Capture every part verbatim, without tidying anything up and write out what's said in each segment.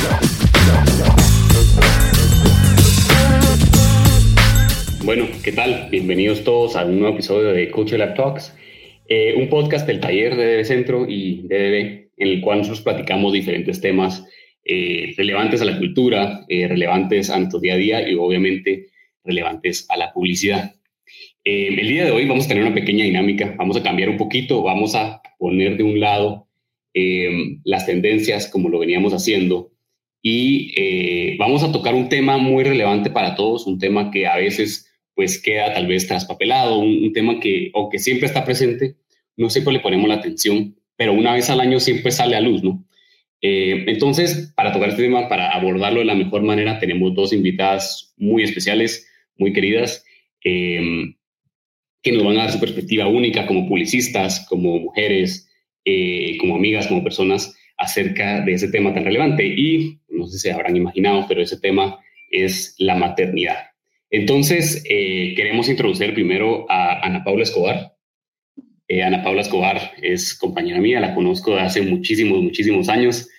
Bueno, ¿qué tal? Bienvenidos todos a un nuevo episodio de Culture Lab Talks, eh, un podcast del taller de D B Centro y D D B, en el cual nosotros platicamos diferentes temas eh, relevantes a la cultura, eh, relevantes a nuestro día a día y obviamente relevantes a la publicidad. Eh, el día de hoy vamos a tener una pequeña dinámica, vamos a cambiar un poquito, vamos a poner de un lado eh, las tendencias como lo veníamos haciendo y eh, vamos a tocar un tema muy relevante para todos, un tema que a veces pues queda tal vez traspapelado, un, un tema que, aunque siempre está presente, no siempre le ponemos la atención, pero una vez al año siempre sale a luz, ¿no? Eh, entonces, para tocar este tema, para abordarlo de la mejor manera, tenemos dos invitadas muy especiales, muy queridas, eh, que nos van a dar su perspectiva única como publicistas, como mujeres, eh, como amigas, como personas, acerca de ese tema tan relevante. Y no sé si se habrán imaginado, pero ese tema es la maternidad. Entonces, eh, queremos introducir primero a Ana Paula Escobar. Eh, Ana Paula Escobar es compañera mía, la conozco de hace muchísimos, muchísimos años.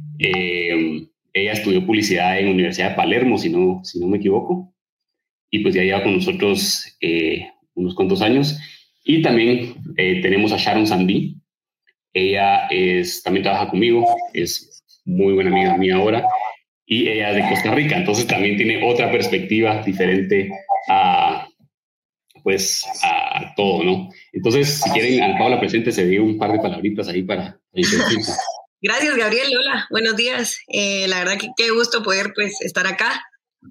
Eh, ella estudió publicidad en la Universidad de Palermo, si no, si no me equivoco, y pues ya lleva con nosotros eh, unos cuantos años. Y también eh, tenemos a Sharon Sandí. Ella es, también trabaja conmigo, es muy buena amiga mía ahora. Y ella es de Costa Rica, entonces también tiene otra perspectiva diferente a, pues, a todo, ¿no? Entonces, si quieren, Ana Paula, presente, se dio un par de palabritas ahí para introducirse. Gracias, Gabriel. Hola, buenos días. Eh, la verdad que qué gusto poder pues, estar acá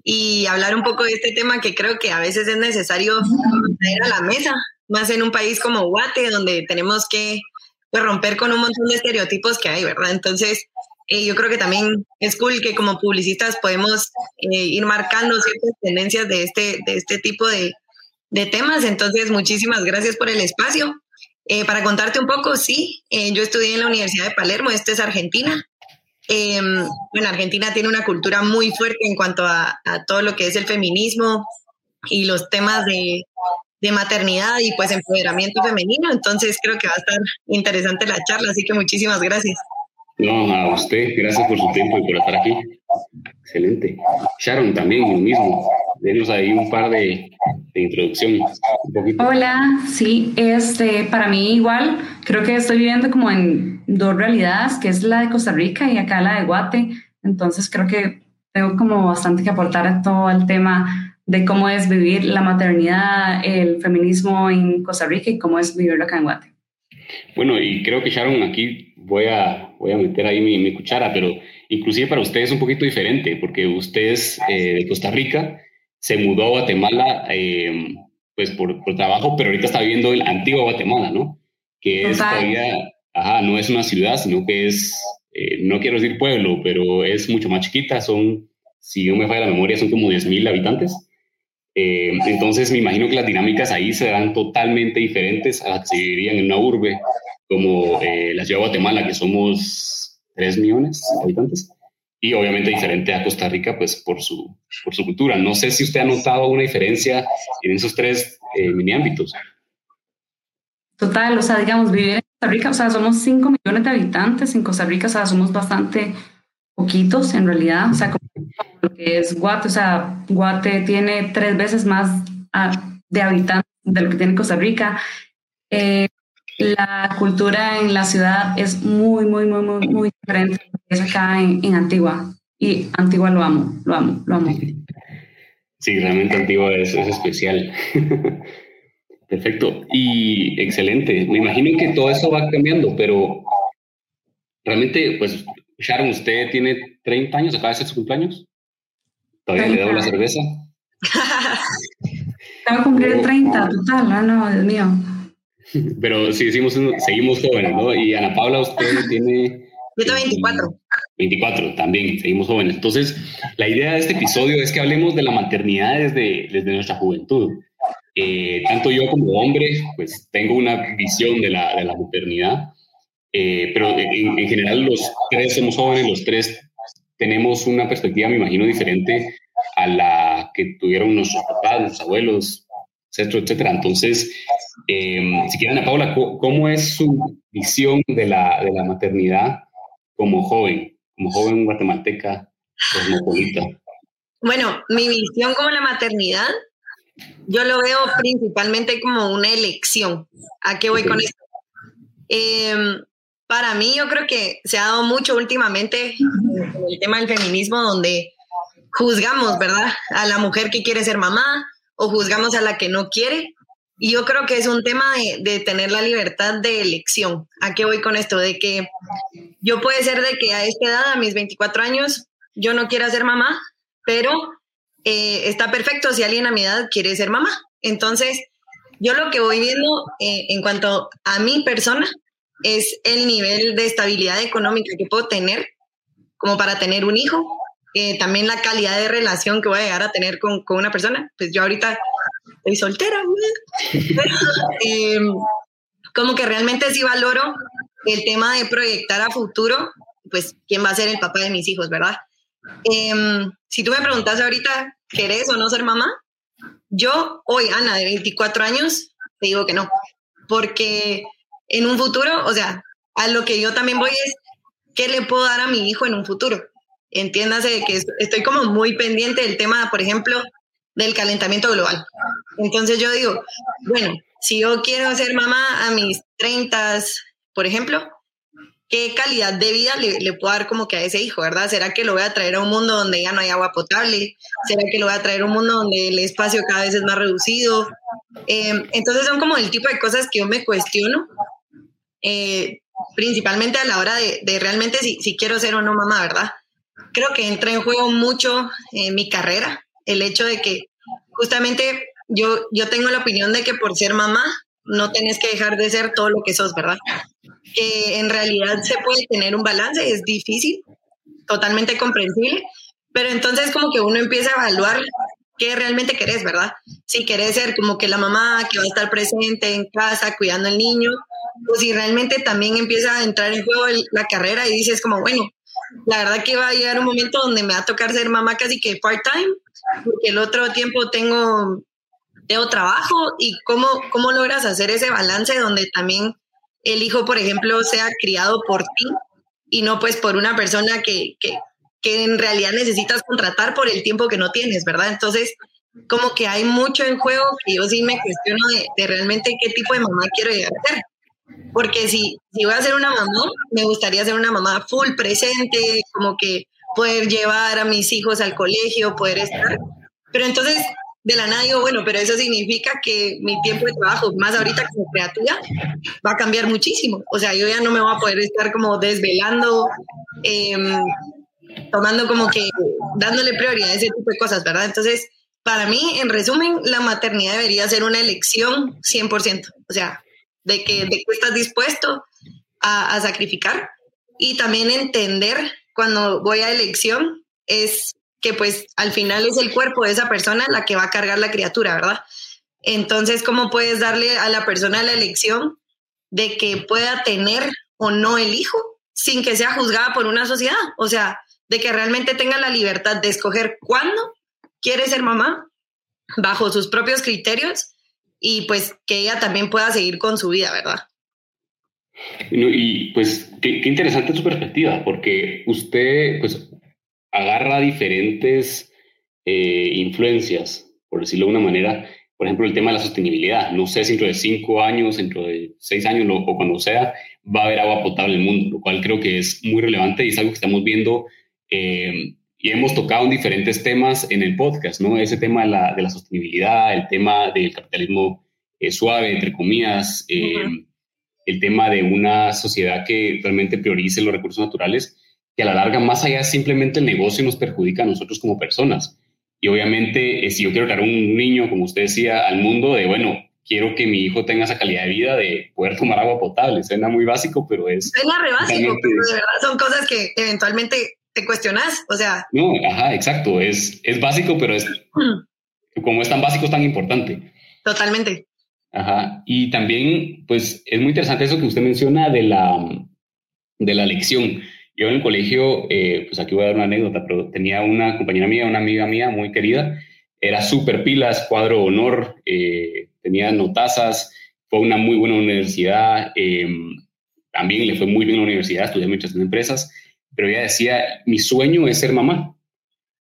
y hablar un poco de este tema que creo que a veces es necesario traer a la mesa, más en un país como Guate, donde tenemos que pues, romper con un montón de estereotipos que hay, ¿verdad? Entonces, Eh, yo creo que también es cool que como publicistas podemos eh, ir marcando ciertas tendencias de este, de este tipo de, de temas. Entonces, muchísimas gracias por el espacio. Eh, para contarte un poco, sí, eh, yo estudié en la Universidad de Palermo, esto es Argentina. Eh, bueno, Argentina tiene una cultura muy fuerte en cuanto a, a todo lo que es el feminismo y los temas de, de maternidad y pues empoderamiento femenino. Entonces, creo que va a estar interesante la charla, así que muchísimas gracias. No, a usted, gracias por su tiempo y por estar aquí. Excelente. Sharon, también lo mismo. Denos ahí un par de, de introducción. Un poquito. Hola, sí, este, para mí igual, creo que estoy viviendo como en dos realidades, que es la de Costa Rica y acá la de Guate. Entonces creo que tengo como bastante que aportar a todo el tema de cómo es vivir la maternidad, el feminismo en Costa Rica y cómo es vivirlo acá en Guate. Bueno, y creo que Sharon, aquí voy a, voy a meter ahí mi, mi cuchara, pero inclusive para usted es un poquito diferente, porque usted es eh, de Costa Rica, se mudó a Guatemala eh, pues por, por trabajo, pero ahorita está viviendo en Antigua Guatemala, ¿no? Que es todavía, ajá, no es una ciudad, sino que es, eh, no quiero decir pueblo, pero es mucho más chiquita, son, si no me falla la memoria, son como diez mil habitantes. Eh, entonces me imagino que las dinámicas ahí serán totalmente diferentes a las que se vivirían en una urbe como eh, la ciudad de Guatemala, que somos tres millones de habitantes, y obviamente diferente a Costa Rica pues por su, por su cultura. No sé si usted ha notado una diferencia en esos tres eh, mini ámbitos. Total, o sea, digamos, vivir en Costa Rica, o sea, somos cinco millones de habitantes, en Costa Rica, o sea, somos bastante poquitos en realidad, o sea, como lo que es Guate, o sea, Guate tiene tres veces más uh, de habitantes de lo que tiene Costa Rica. Eh, la cultura en la ciudad es muy, muy, muy, muy, muy diferente a lo que es acá en, en Antigua. Y Antigua lo amo, lo amo, lo amo. Sí, realmente Antigua es, es especial. Perfecto. Y excelente. Me imagino que todo eso va cambiando, pero realmente, pues, Sharon, usted tiene treinta años, acaba de ser su cumpleaños. ¿Todavía treinta. Le debo la cerveza? Tengo que cumplir treinta, total, ¿no? No, Dios mío. Pero sí, decimos, seguimos jóvenes, ¿no? Y Ana Paula, usted tiene... Yo tengo veinticuatro. veinticuatro, también, seguimos jóvenes. Entonces, la idea de este episodio es que hablemos de la maternidad desde, desde nuestra juventud. Eh, tanto yo como hombre, pues tengo una visión de la, de la maternidad, eh, pero en, en general los tres somos jóvenes, los tres tenemos una perspectiva, me imagino, diferente a la que tuvieron nuestros papás, nuestros abuelos, etcétera, etcétera. Entonces, eh, si quieren, Ana Paula, ¿cómo es su visión de la, de la maternidad como joven, como joven guatemalteca cosmopolita. Bueno, mi visión como la maternidad, yo lo veo principalmente como una elección. ¿A qué voy okay. con esto? Eh, para mí yo creo que se ha dado mucho últimamente con el tema del feminismo, donde juzgamos, ¿verdad?, a la mujer que quiere ser mamá o juzgamos a la que no quiere. Y yo creo que es un tema de, de tener la libertad de elección. ¿A qué voy con esto? De que yo puede ser de que a esta edad, a mis veinticuatro años, yo no quiera ser mamá, pero eh, está perfecto si alguien a mi edad quiere ser mamá. Entonces, yo lo que voy viendo eh, en cuanto a mi persona es el nivel de estabilidad económica que puedo tener como para tener un hijo. Eh, también la calidad de relación que voy a llegar a tener con, con una persona. Pues yo ahorita estoy soltera, pero, eh, como que realmente sí valoro el tema de proyectar a futuro, pues quién va a ser el papá de mis hijos, ¿verdad? Eh, si tú me preguntas ahorita, ¿querés o no ser mamá? Yo hoy, Ana, de veinticuatro años, te digo que no, porque en un futuro, o sea, a lo que yo también voy es, ¿qué le puedo dar a mi hijo en un futuro? Entiéndase de que estoy como muy pendiente del tema, por ejemplo, del calentamiento global. Entonces yo digo, bueno, si yo quiero ser mamá a mis treinta, por ejemplo, ¿qué calidad de vida le, le puedo dar como que a ese hijo, verdad? ¿Será que lo voy a traer a un mundo donde ya no hay agua potable? ¿Será que lo voy a traer a un mundo donde el espacio cada vez es más reducido? Eh, entonces son como el tipo de cosas que yo me cuestiono, eh, principalmente a la hora de, de realmente si, si quiero ser o no mamá, ¿verdad? Creo que entra en juego mucho eh, mi carrera, el hecho de que justamente yo, yo tengo la opinión de que por ser mamá no tenés que dejar de ser todo lo que sos, ¿verdad? Que en realidad se puede tener un balance, es difícil, totalmente comprensible, pero entonces como que uno empieza a evaluar qué realmente querés, ¿verdad? Si querés ser como que la mamá que va a estar presente en casa cuidando al niño, o si realmente también empieza a entrar en juego el, la carrera y dices como, bueno, la verdad que va a llegar un momento donde me va a tocar ser mamá casi que part-time, porque el otro tiempo tengo, tengo trabajo, y cómo, cómo logras hacer ese balance donde también el hijo, por ejemplo, sea criado por ti y no pues por una persona que, que, que en realidad necesitas contratar por el tiempo que no tienes, ¿verdad? Entonces, como que hay mucho en juego que yo sí me cuestiono de, de realmente qué tipo de mamá quiero llegar a ser. Porque si, si voy a ser una mamá, me gustaría ser una mamá full presente, como que poder llevar a mis hijos al colegio, poder estar. Pero entonces, de la nada digo, bueno, pero eso significa que mi tiempo de trabajo, más ahorita como creativa, va a cambiar muchísimo. O sea, yo ya no me voy a poder estar como desvelando, eh, tomando como que, dándole prioridad a ese tipo de cosas, ¿verdad? Entonces, para mí, en resumen, la maternidad debería ser una elección cien por ciento. O sea, de que, de que estás dispuesto a, a sacrificar, y también entender cuando voy a elección es que pues al final es el cuerpo de esa persona la que va a cargar la criatura, ¿verdad? Entonces, ¿cómo puedes darle a la persona la elección de que pueda tener o no el hijo sin que sea juzgada por una sociedad? O sea, de que realmente tenga la libertad de escoger cuándo quiere ser mamá bajo sus propios criterios, y pues que ella también pueda seguir con su vida, ¿verdad? Y pues qué, qué interesante su perspectiva, porque usted pues agarra diferentes eh, influencias, por decirlo de una manera. Por ejemplo, el tema de la sostenibilidad. No sé si dentro de cinco años, dentro de seis años lo, o cuando sea, va a haber agua potable en el mundo, lo cual creo que es muy relevante y es algo que estamos viendo eh, y hemos tocado en diferentes temas en el podcast, ¿no? Ese tema de la, de la sostenibilidad, el tema del capitalismo eh, suave, entre comillas, eh, uh-huh. el tema de una sociedad que realmente priorice los recursos naturales, que a la larga, más allá simplemente el negocio, nos perjudica a nosotros como personas. Y obviamente, eh, si yo quiero traer un niño, como usted decía, al mundo, de bueno, quiero que mi hijo tenga esa calidad de vida de poder tomar agua potable. Suena muy básico, pero es... Suena re básico, pero de verdad son cosas que eventualmente te cuestionas, o sea... No, ajá, exacto. Es, es básico, pero es... Como es tan básico, es tan importante. Totalmente. Ajá. Y también, pues, es muy interesante eso que usted menciona de la, de la elección. Yo en el colegio, eh, pues aquí voy a dar una anécdota, pero tenía una compañera mía, una amiga mía muy querida, era súper pilas, cuadro de honor, eh, tenía notazas, fue una muy buena universidad, eh, también le fue muy bien en la universidad, estudié administración de empresas, pero ella decía, mi sueño es ser mamá.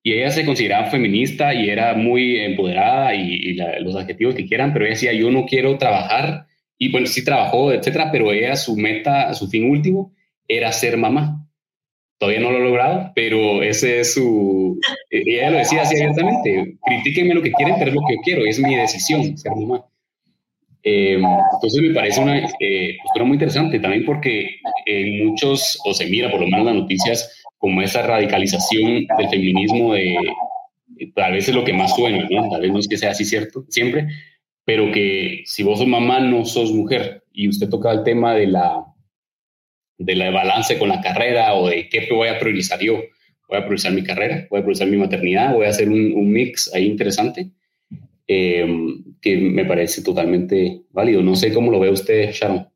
y ella se consideraba feminista y era muy empoderada y, y la, los adjetivos que quieran, pero ella decía, yo no quiero trabajar, y bueno, sí trabajó, etcétera, pero ella, su meta, su fin último, era ser mamá. Todavía no lo he logrado, pero ese es su... Ella lo decía así abiertamente, critíquenme lo que quieren, pero es lo que yo quiero, es mi decisión, ser mamá. Eh, entonces me parece una eh, postura muy interesante, también porque en muchos, o se mira por lo menos en las noticias, como esa radicalización del feminismo de, tal vez es lo que más suena, ¿no? Tal vez no es que sea así cierto, siempre, pero que si vos sos mamá no sos mujer, y usted toca el tema de la, de la balance con la carrera, o de qué voy a priorizar yo, voy a priorizar mi carrera, voy a priorizar mi maternidad, voy a hacer un, un mix ahí interesante, eh, que me parece totalmente válido. No sé cómo lo ve usted, Sharon.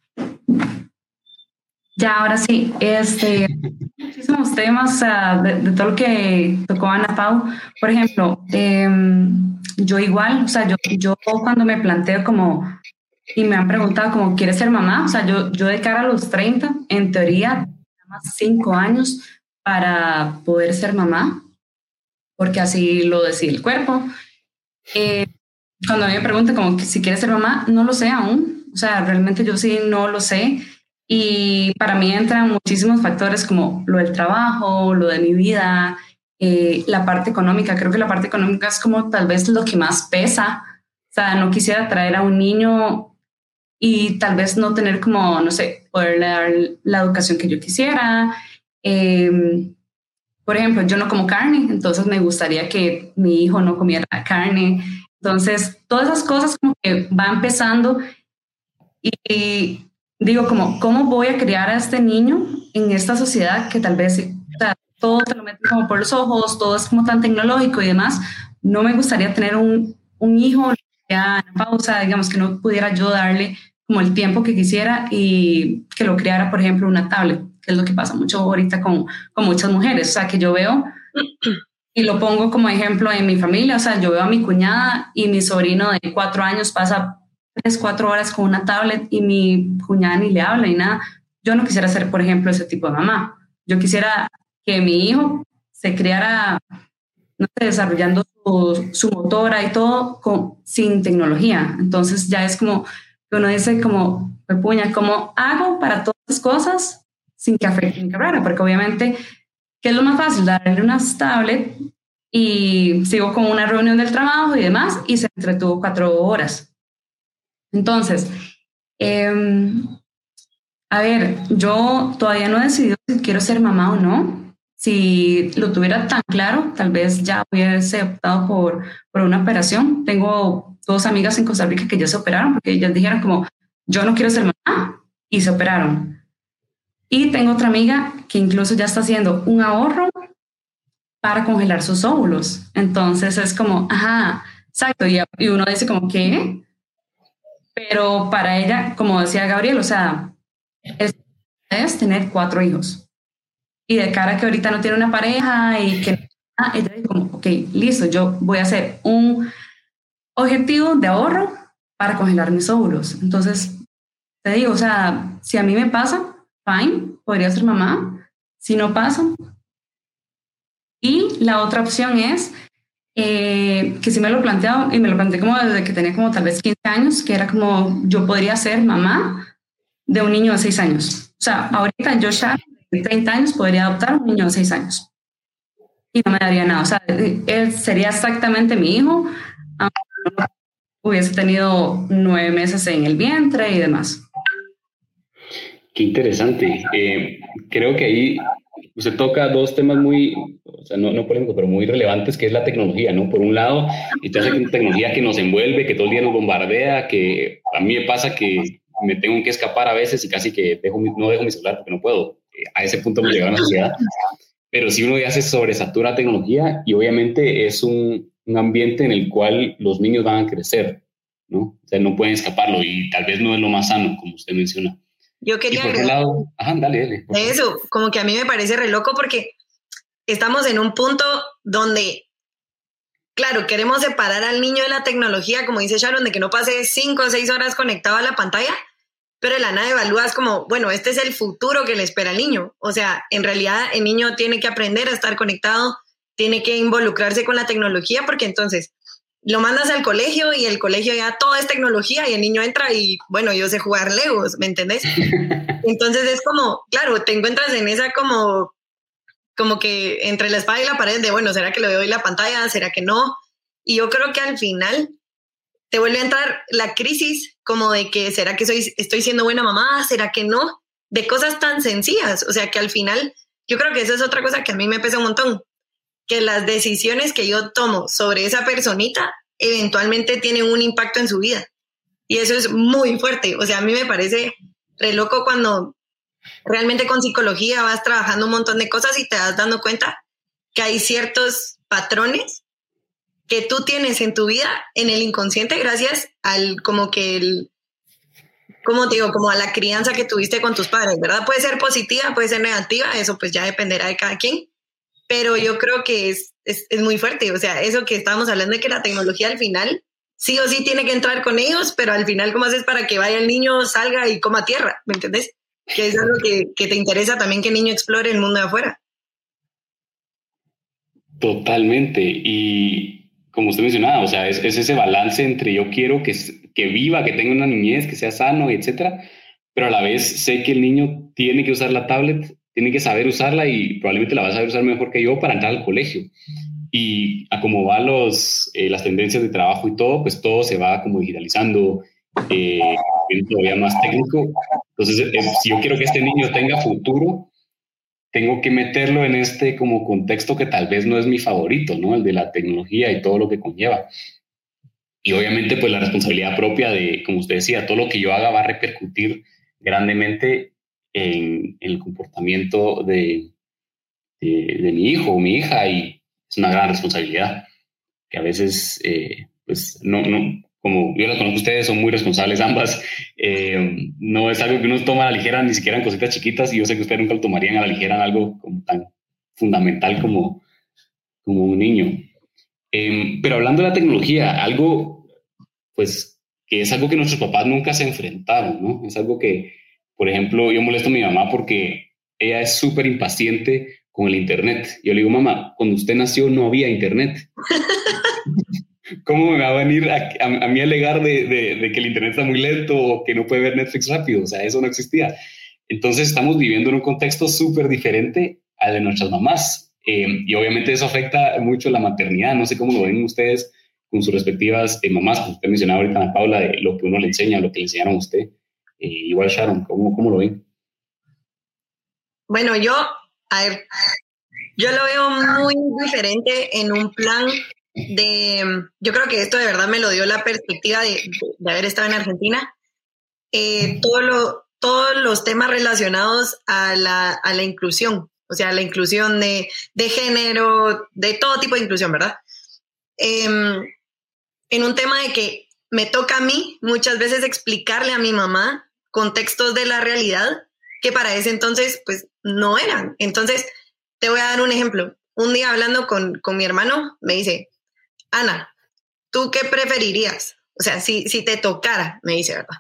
Ya, ahora sí, este, muchísimos temas, o sea, de, de todo lo que tocó Ana Pau. Por ejemplo, eh, yo igual, o sea, yo, yo cuando me planteo como, y me han preguntado como, ¿quieres ser mamá? O sea, yo, yo de cara a los treinta, en teoría, nada más cinco años para poder ser mamá, porque así lo decide el cuerpo. Eh, cuando a mí me preguntan como si quieres ser mamá, no lo sé aún, o sea, realmente yo sí no lo sé. Y para mí entran muchísimos factores como lo del trabajo, lo de mi vida, eh, la parte económica. Creo que la parte económica es como tal vez lo que más pesa. O sea, no quisiera traer a un niño y tal vez no tener como, no sé, poderle dar la educación que yo quisiera. Eh, por ejemplo, yo no como carne, entonces me gustaría que mi hijo no comiera carne. Entonces, todas esas cosas como que van empezando y, y digo, como, ¿cómo voy a criar a este niño en esta sociedad que tal vez, o sea, todo te lo meten como por los ojos, todo es como tan tecnológico y demás? No me gustaría tener un, un hijo ya en pausa, digamos, que no pudiera yo darle como el tiempo que quisiera y que lo criara, por ejemplo, una tablet, que es lo que pasa mucho ahorita con, con muchas mujeres. O sea, que yo veo, y lo pongo como ejemplo en mi familia, o sea, yo veo a mi cuñada y mi sobrino de cuatro años pasa tres, cuatro horas con una tablet y mi cuñada ni le habla ni nada. Yo no quisiera ser, por ejemplo, ese tipo de mamá. Yo quisiera que mi hijo se criara, no sé, desarrollando su, su motora y todo con, sin tecnología. Entonces ya es como que uno dice como, puña, ¿cómo hago para todas las cosas sin que afecte mi carrera? Porque obviamente, ¿qué es lo más fácil? Darle unas tablets y sigo con una reunión del trabajo y demás y se entretuvo cuatro horas. Entonces, eh, a ver, yo todavía no he decidido si quiero ser mamá o no. Si lo tuviera tan claro, tal vez ya hubiese optado por, por una operación. Tengo dos amigas en Costa Rica que ya se operaron porque ellas dijeron como, yo no quiero ser mamá, y se operaron. Y tengo otra amiga que incluso ya está haciendo un ahorro para congelar sus óvulos. Entonces es como, ajá, exacto. Y, y uno dice como, ¿qué? Pero para ella, como decía Gabriel, o sea, es, es tener cuatro hijos. Y de cara a que ahorita no tiene una pareja y que ah, ella dice como, ok, listo, yo voy a hacer un objetivo de ahorro para congelar mis óvulos. Entonces, te digo, o sea, si a mí me pasa, fine, podría ser mamá. Si no pasa. Y la otra opción es Eh, que sí me lo he planteado y me lo planteé como desde que tenía como tal vez quince años, que era como yo podría ser mamá de un niño de seis años. O sea, ahorita yo ya de treinta años podría adoptar un niño de seis años y no me daría nada. O sea, él sería exactamente mi hijo, aunque hubiese tenido nueve meses en el vientre y demás. Qué interesante. Eh, creo que ahí usted toca dos temas muy, o sea, no, no polémicos, pero muy relevantes, que es la tecnología, ¿no? Por un lado, y te hace una tecnología que nos envuelve, que todo el día nos bombardea, que a mí me pasa que me tengo que escapar a veces y casi que dejo mi, no dejo mi celular porque no puedo. A ese punto hemos llegado a la sociedad. Pero si uno ya se sobresatura tecnología y obviamente es un, un ambiente en el cual los niños van a crecer, ¿no? O sea, no pueden escaparlo y tal vez no es lo más sano, como usted menciona. Yo quería... Y por otro lado, ajá, dale, dale. Eso, como que a mí me parece re loco porque estamos en un punto donde, claro, queremos separar al niño de la tecnología, como dice Sharon, de que no pase cinco o seis horas conectado a la pantalla, pero de la nada evalúas como, bueno, este es el futuro que le espera al niño. O sea, en realidad el niño tiene que aprender a estar conectado tiene que involucrarse con la tecnología, porque entonces lo mandas al colegio y el colegio ya todo es tecnología y el niño entra y, bueno, yo sé jugar Legos, ¿me entendés? Entonces es como, claro, te encuentras en esa como, como que entre la espada y la pared de, bueno, ¿será que le doy la pantalla? ¿Será que no? Y yo creo que al final te vuelve a entrar la crisis como de que, ¿será que soy, estoy siendo buena mamá? ¿Será que no? De cosas tan sencillas. O sea, que al final, yo creo que eso es otra cosa que a mí me pesa un montón, que las decisiones que yo tomo sobre esa personita eventualmente tienen un impacto en su vida. Y eso es muy fuerte. O sea, a mí me parece re loco cuando realmente con psicología vas trabajando un montón de cosas y te vas dando cuenta que hay ciertos patrones que tú tienes en tu vida en el inconsciente gracias al como que el, como te digo, como a la crianza que tuviste con tus padres, ¿verdad? Puede ser positiva, puede ser negativa, eso pues ya dependerá de cada quien, pero yo creo que es, es, es muy fuerte, o sea, eso que estábamos hablando de que la tecnología al final sí o sí tiene que entrar con ellos, pero al final ¿cómo haces para que vaya el niño, salga y coma tierra? ¿Me entendés? Que es algo que, que te interesa también que el niño explore el mundo de afuera. Totalmente, y como usted mencionaba, o sea, es, es ese balance entre yo quiero que, que viva, que tenga una niñez, que sea sano, etcétera, pero a la vez sé que el niño tiene que usar la tablet, tiene que saber usarla y probablemente la va a saber usar mejor que yo para entrar al colegio. Y a cómo van los, eh, las tendencias de trabajo y todo, pues todo se va como digitalizando, eh, todavía más técnico. Entonces, eh, si yo quiero que este niño tenga futuro, tengo que meterlo en este como contexto que tal vez no es mi favorito, ¿no? El de la tecnología y todo lo que conlleva. Y obviamente pues la responsabilidad propia de, como usted decía, todo lo que yo haga va a repercutir grandemente en, en el comportamiento de, de, de mi hijo o mi hija, y es una gran responsabilidad que a veces eh, pues no, no, como yo las conozco a ustedes, son muy responsables ambas. Eh, no es algo que uno toma a la ligera, ni siquiera en cositas chiquitas, y yo sé que ustedes nunca lo tomarían a la ligera en algo como tan fundamental como, como un niño. Eh, pero hablando de la tecnología, algo pues que es algo que nuestros papás nunca se enfrentaron, ¿no? Es algo que, por ejemplo, yo molesto a mi mamá porque ella es súper impaciente con el internet. Yo le digo, mamá, cuando usted nació no había internet. ¿Cómo me va a venir a, a, a mí a alegar de, de, de que el internet está muy lento o que no puede ver Netflix rápido? O sea, eso no existía. Entonces estamos viviendo en un contexto súper diferente al de nuestras mamás. Eh, y obviamente eso afecta mucho la maternidad. No sé cómo lo ven ustedes con sus respectivas eh, mamás. Como usted mencionaba ahorita, Ana Paula, de lo que uno le enseña, lo que le enseñaron a usted. Eh, igual, Sharon, ¿cómo, cómo lo ven? Bueno, yo, a ver, yo lo veo muy diferente en un plan de, yo creo que esto de verdad me lo dio la perspectiva de, de haber estado en Argentina, eh, todo lo, todos los temas relacionados a la, a la inclusión, o sea, la inclusión de, de género, de todo tipo de inclusión, ¿verdad? Eh, en un tema de que me toca a mí muchas veces explicarle a mi mamá contextos de la realidad que para ese entonces pues no eran. Entonces, te voy a dar un ejemplo. Un día hablando con, con mi hermano, me dice, Ana, ¿tú qué preferirías? O sea, si, si te tocara, me dice, ¿verdad?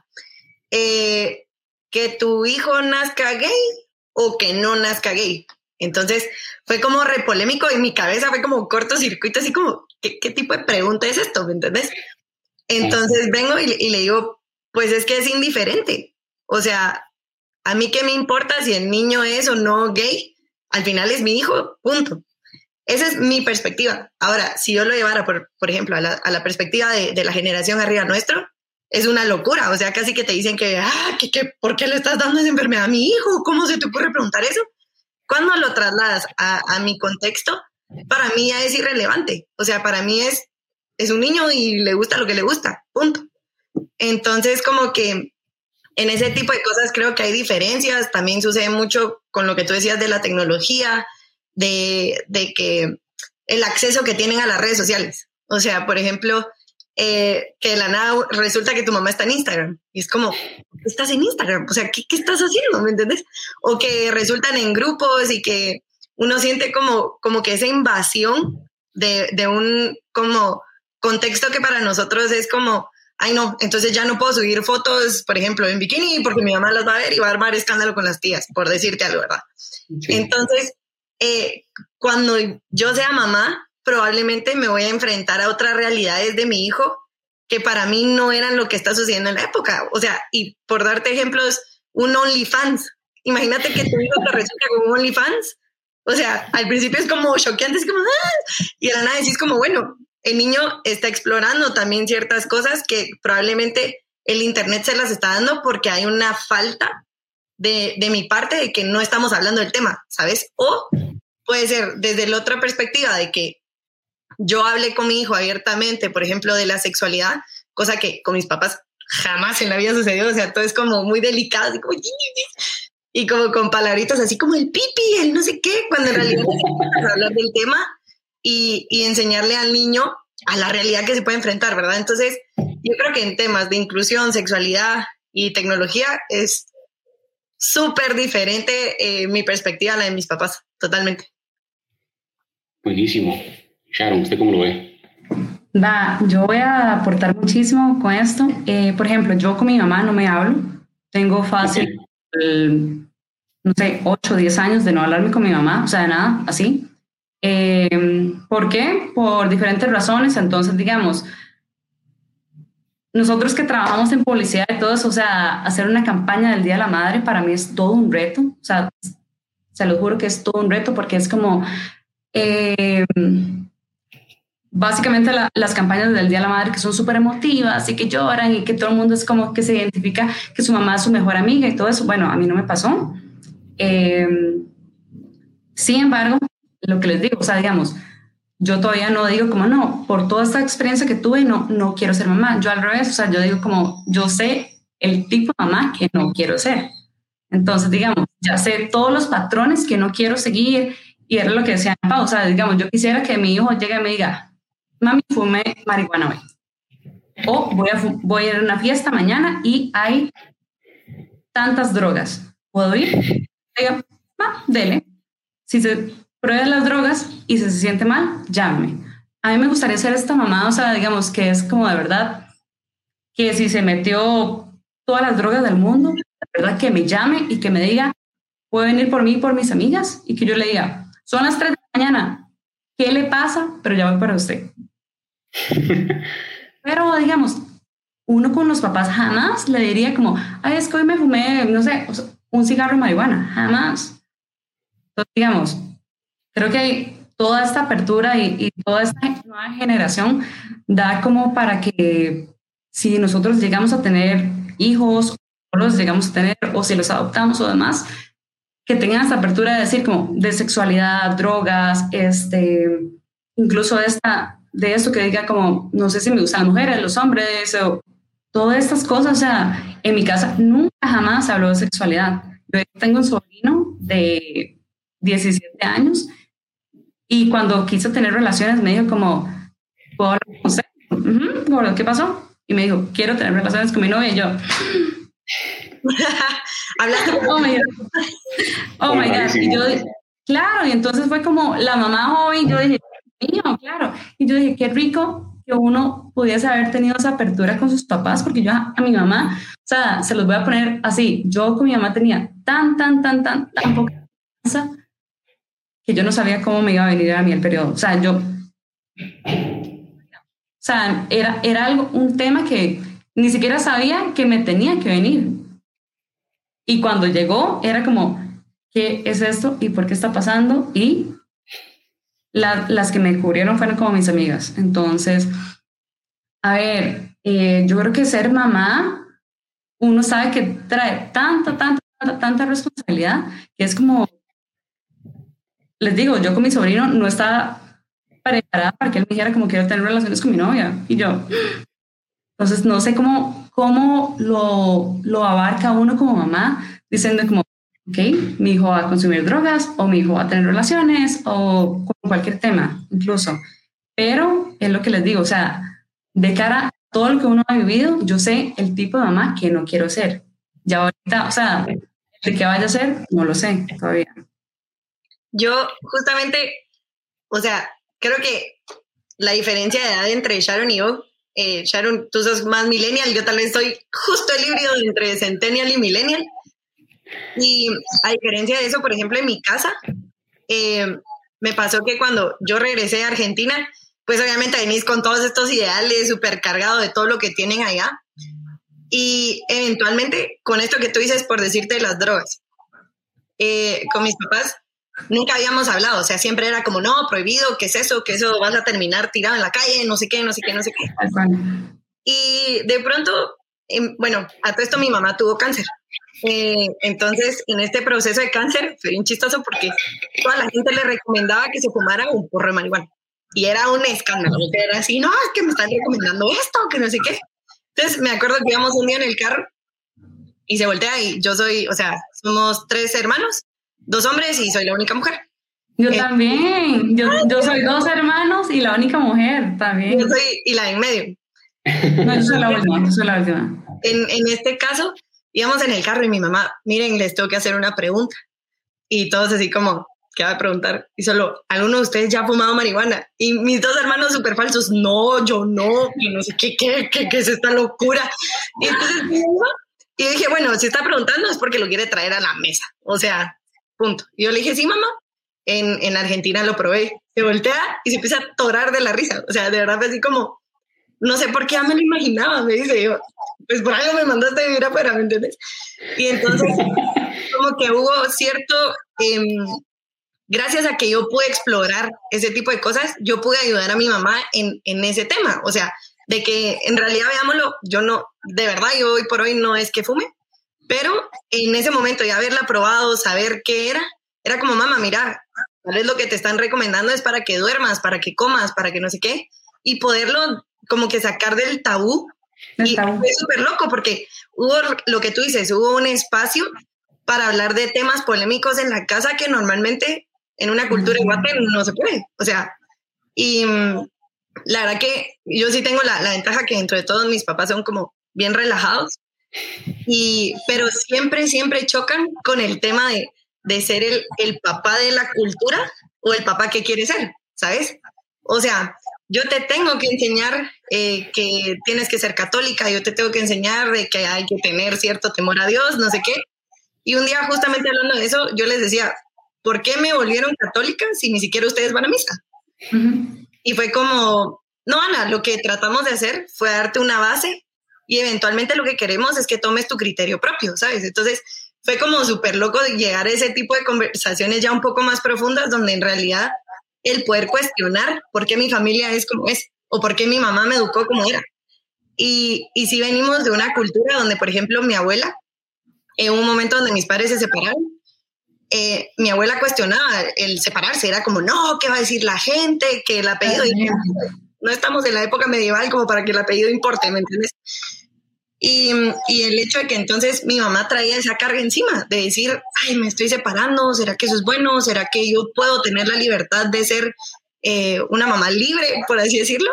Eh, ¿que tu hijo nazca gay o que no nazca gay? Entonces, fue como re polémico y mi cabeza fue como cortocircuito, así como, ¿qué, qué tipo de pregunta es esto? ¿Me entendés? Entonces vengo y, y le digo, pues es que es indiferente. O sea, a mí qué me importa si el niño es o no gay, al final es mi hijo, punto. Esa es mi perspectiva. Ahora, si yo lo llevara, por, por ejemplo, a la, a la perspectiva de, de la generación arriba nuestro, es una locura. O sea, casi que te dicen que, ah, que, que, ¿por qué le estás dando esa enfermedad a mi hijo? ¿Cómo se te ocurre preguntar eso? Cuando lo trasladas a, a mi contexto, para mí ya es irrelevante. O sea, para mí es, es un niño y le gusta lo que le gusta, punto. Entonces, como que en ese tipo de cosas creo que hay diferencias. También sucede mucho con lo que tú decías de la tecnología, de, de que el acceso que tienen a las redes sociales. O sea, por ejemplo, eh, que de la nada resulta que tu mamá está en Instagram. Y es como, estás en Instagram. O sea, ¿qué, qué estás haciendo? ¿Me entiendes? O que resultan en grupos y que uno siente como, como que esa invasión de, de un como contexto que para nosotros es como, ay no, entonces ya no puedo subir fotos, por ejemplo, en bikini porque mi mamá las va a ver y va a armar escándalo con las tías, por decirte algo, ¿verdad? Sí. Entonces, eh, cuando yo sea mamá, probablemente me voy a enfrentar a otras realidades de mi hijo que para mí no eran lo que está sucediendo en la época. O sea, y por darte ejemplos, un OnlyFans. Imagínate que tu hijo te resulta con un OnlyFans. O sea, al principio es como choqueante, es como, ¡ah! Y a la nada decís como, bueno, el niño está explorando también ciertas cosas que probablemente el internet se las está dando porque hay una falta de, de mi parte de que no estamos hablando del tema, ¿sabes? O puede ser desde la otra perspectiva de que yo hablé con mi hijo abiertamente, por ejemplo, de la sexualidad, cosa que con mis papás jamás en la vida sucedió, o sea, todo es como muy delicado, así como... y como con palabritas así como el pipi, el no sé qué, cuando en realidad es hablar del tema y, y enseñarle al niño a la realidad que se puede enfrentar, ¿verdad? Entonces, yo creo que en temas de inclusión, sexualidad y tecnología es súper diferente eh, mi perspectiva a la de mis papás, totalmente. Buenísimo. Sharon, ¿usted cómo lo ve? Va, yo voy a aportar muchísimo con esto. Eh, por ejemplo, yo con mi mamá no me hablo. Tengo fácil, okay. el, no sé, ocho o diez años de no hablarme con mi mamá, o sea, de nada, así. Eh, ¿Por qué? Por diferentes razones. Entonces, digamos, nosotros que trabajamos en publicidad y todo eso, o sea, hacer una campaña del Día de la Madre para mí es todo un reto. O sea, se lo juro que es todo un reto porque es como... Eh, básicamente la, las campañas del Día de la Madre que son súper emotivas y que lloran y que todo el mundo es como que se identifica que su mamá es su mejor amiga y todo eso. Bueno, a mí no me pasó. Eh, sin embargo, lo que les digo, o sea, digamos, yo todavía no digo como no, por toda esta experiencia que tuve, no, no quiero ser mamá. Yo al revés, o sea, yo digo como yo sé el tipo de mamá que no quiero ser. Entonces, digamos, ya sé todos los patrones que no quiero seguir y era lo que decía Pau, o sea, digamos, yo quisiera que mi hijo llegue y me diga, mami, fume marihuana hoy. O voy a, voy a ir a una fiesta mañana y hay tantas drogas. ¿Puedo ir? Diga, ah, dele. Si se prueban las drogas y si se siente mal, llámame. A mí me gustaría ser esta mamá, o sea, digamos que es como de verdad, que si se metió todas las drogas del mundo, de verdad que me llame y que me diga, puede venir por mí y por mis amigas, y que yo le diga, son las tres de la mañana, ¿qué le pasa? Pero ya voy para usted. Pero, digamos, uno con los papás jamás le diría como, ay, es que hoy me fumé, no sé, un cigarro de marihuana, jamás. Entonces, digamos, creo que toda esta apertura y, y toda esta nueva generación da como para que si nosotros llegamos a tener hijos, o los llegamos a tener, o si los adoptamos o demás, que tengan esta apertura de decir como de sexualidad, drogas, este, incluso esta, de esto que diga como, no sé si me gustan las mujeres, los hombres, o todas estas cosas. O sea, en mi casa nunca jamás se habló de sexualidad. Yo tengo un sobrino de diecisiete años y cuando quiso tener relaciones me dijo como, ¿puedo hablar con usted? Uh-huh. ¿Qué pasó? Y me dijo, quiero tener relaciones con mi novia. Y yo... oh my God. Oh my God. Y yo dije, claro, y entonces fue como la mamá joven, yo dije, mío, claro. Y yo dije, qué rico que uno pudiese haber tenido esa apertura con sus papás, porque yo a, a mi mamá, o sea, se los voy a poner así, yo con mi mamá tenía tan, tan, tan, tan, tan poca confianza que yo no sabía cómo me iba a venir a mí el periodo. O sea, yo, o sea, era, era algo, un tema que ni siquiera sabía que me tenía que venir. Y cuando llegó, era como, ¿qué es esto? ¿Y por qué está pasando? Y la, las que me cubrieron fueron como mis amigas. Entonces, a ver, eh, yo creo que ser mamá, uno sabe que trae tanta, tanta, tanta, tanta responsabilidad, que es como, les digo, yo con mi sobrino no estaba preparada para que él me dijera como quiero tener relaciones con mi novia. Y yo, entonces no sé cómo, cómo lo, lo abarca uno como mamá, diciendo como, ok, mi hijo va a consumir drogas, o mi hijo va a tener relaciones, o con cualquier tema, incluso. Pero es lo que les digo, o sea, de cara a todo lo que uno ha vivido, yo sé el tipo de mamá que no quiero ser. Ya ahorita, o sea, de qué vaya a ser, no lo sé todavía. Yo justamente, o sea, creo que la diferencia de edad entre Sharon y yo, eh, Sharon, tú sos más millennial, yo tal vez soy justo el híbrido entre centennial y millennial. Y a diferencia de eso, por ejemplo, en mi casa, eh, me pasó que cuando yo regresé a Argentina, pues obviamente venís con todos estos ideales súper cargados de todo lo que tienen allá. Y eventualmente, con esto que tú dices, por decirte de las drogas, eh, con mis papás nunca habíamos hablado, o sea, siempre era como, no, prohibido, ¿qué es eso? Que eso vas a terminar tirado en la calle, no sé qué, no sé qué, no sé qué. Y de pronto, eh, bueno, a todo esto mi mamá tuvo cáncer. Eh, entonces, en este proceso de cáncer, fue bien chistoso porque toda la gente le recomendaba que se fumara un porro de marihuana. Y era un escándalo, o sea, era así, no, es que me están recomendando esto, que no sé qué. Entonces, me acuerdo que íbamos un día en el carro y se voltea y yo soy, o sea, somos tres hermanos, dos hombres y soy la única mujer. Yo eh, también, yo, yo soy dos hermanos y la única mujer también. Yo soy y la de en medio. No, yo soy la última, yo soy la última. En, en este caso, íbamos en el carro y mi mamá, miren, les tengo que hacer una pregunta. Y todos así como, ¿qué va a preguntar? Y solo, ¿alguno de ustedes ya ha fumado marihuana? Y mis dos hermanos súper falsos, no, yo no, que no sé qué, qué, qué, qué es esta locura. Y entonces, y dije, bueno, si está preguntando es porque lo quiere traer a la mesa. O sea, punto. Y yo le dije, sí, mamá, en, en Argentina lo probé. Se voltea y se empieza a torar de la risa. O sea, de verdad fue así como, no sé por qué ya me lo imaginaba, me dice yo, pues por algo me mandaste a vivir afuera, ¿me entiendes? Y entonces, como que hubo cierto... Eh, gracias a que yo pude explorar ese tipo de cosas, yo pude ayudar a mi mamá en, en ese tema. O sea, de que en realidad, veámoslo, yo no, de verdad, yo hoy por hoy no es que fume, pero en ese momento ya haberla probado, saber qué era, era como, mamá, mira, tal vez lo que te están recomendando es para que duermas, para que comas, para que no sé qué, y poderlo como que sacar del tabú. El y tabú. Fue súper loco porque hubo lo que tú dices, hubo un espacio para hablar de temas polémicos en la casa que normalmente en una cultura guate no se puede. O sea, y um, la verdad que yo sí tengo la, la ventaja que dentro de todos mis papás son como bien relajados, y, pero siempre, siempre chocan con el tema de, de ser el, el papá de la cultura o el papá que quiere ser, ¿sabes? O sea, yo te tengo que enseñar eh, que tienes que ser católica, yo te tengo que enseñar de que hay que tener cierto temor a Dios, no sé qué. Y un día justamente hablando de eso, yo les decía, ¿por qué me volvieron católica si ni siquiera ustedes van a misa? Uh-huh. Y fue como, no, Ana, lo que tratamos de hacer fue darte una base y eventualmente lo que queremos es que tomes tu criterio propio, ¿sabes? Entonces fue como súper loco de llegar a ese tipo de conversaciones ya un poco más profundas, donde en realidad el poder cuestionar por qué mi familia es como es o por qué mi mamá me educó como era. Y, y si venimos de una cultura donde, por ejemplo, mi abuela, en un momento donde mis padres se separaron, Eh, mi abuela cuestionaba el separarse, era como, no, ¿qué va a decir la gente? Que el apellido... No estamos en la época medieval como para que el apellido importe, ¿me entiendes? Y, y el hecho de que entonces mi mamá traía esa carga encima, de decir, ay, me estoy separando, ¿será que eso es bueno? ¿Será que yo puedo tener la libertad de ser eh, una mamá libre, por así decirlo?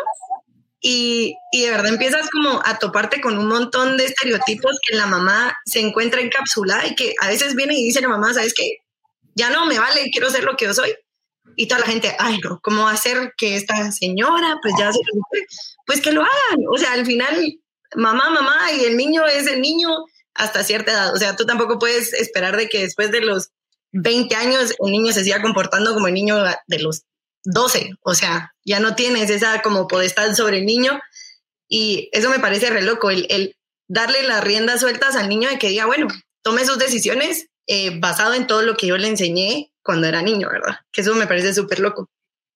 Y, y de verdad empiezas como a toparte con un montón de estereotipos que la mamá se encuentra encapsulada y que a veces viene y dice la mamá, ¿sabes qué? Ya no me vale, quiero ser lo que yo soy. Y toda la gente, ay, no, ¿cómo va a ser que esta señora, pues ya se lo dice? Pues que lo hagan. O sea, al final, mamá, mamá, y el niño es el niño hasta cierta edad. O sea, tú tampoco puedes esperar de que después de los veinte años el niño se siga comportando como el niño de los doce. O sea, ya no tienes esa como potestad sobre el niño. Y eso me parece re loco, el, el darle las riendas sueltas al niño de que diga, bueno, tome sus decisiones eh, basado en todo lo que yo le enseñé cuando era niño, ¿verdad? Que eso me parece súper loco.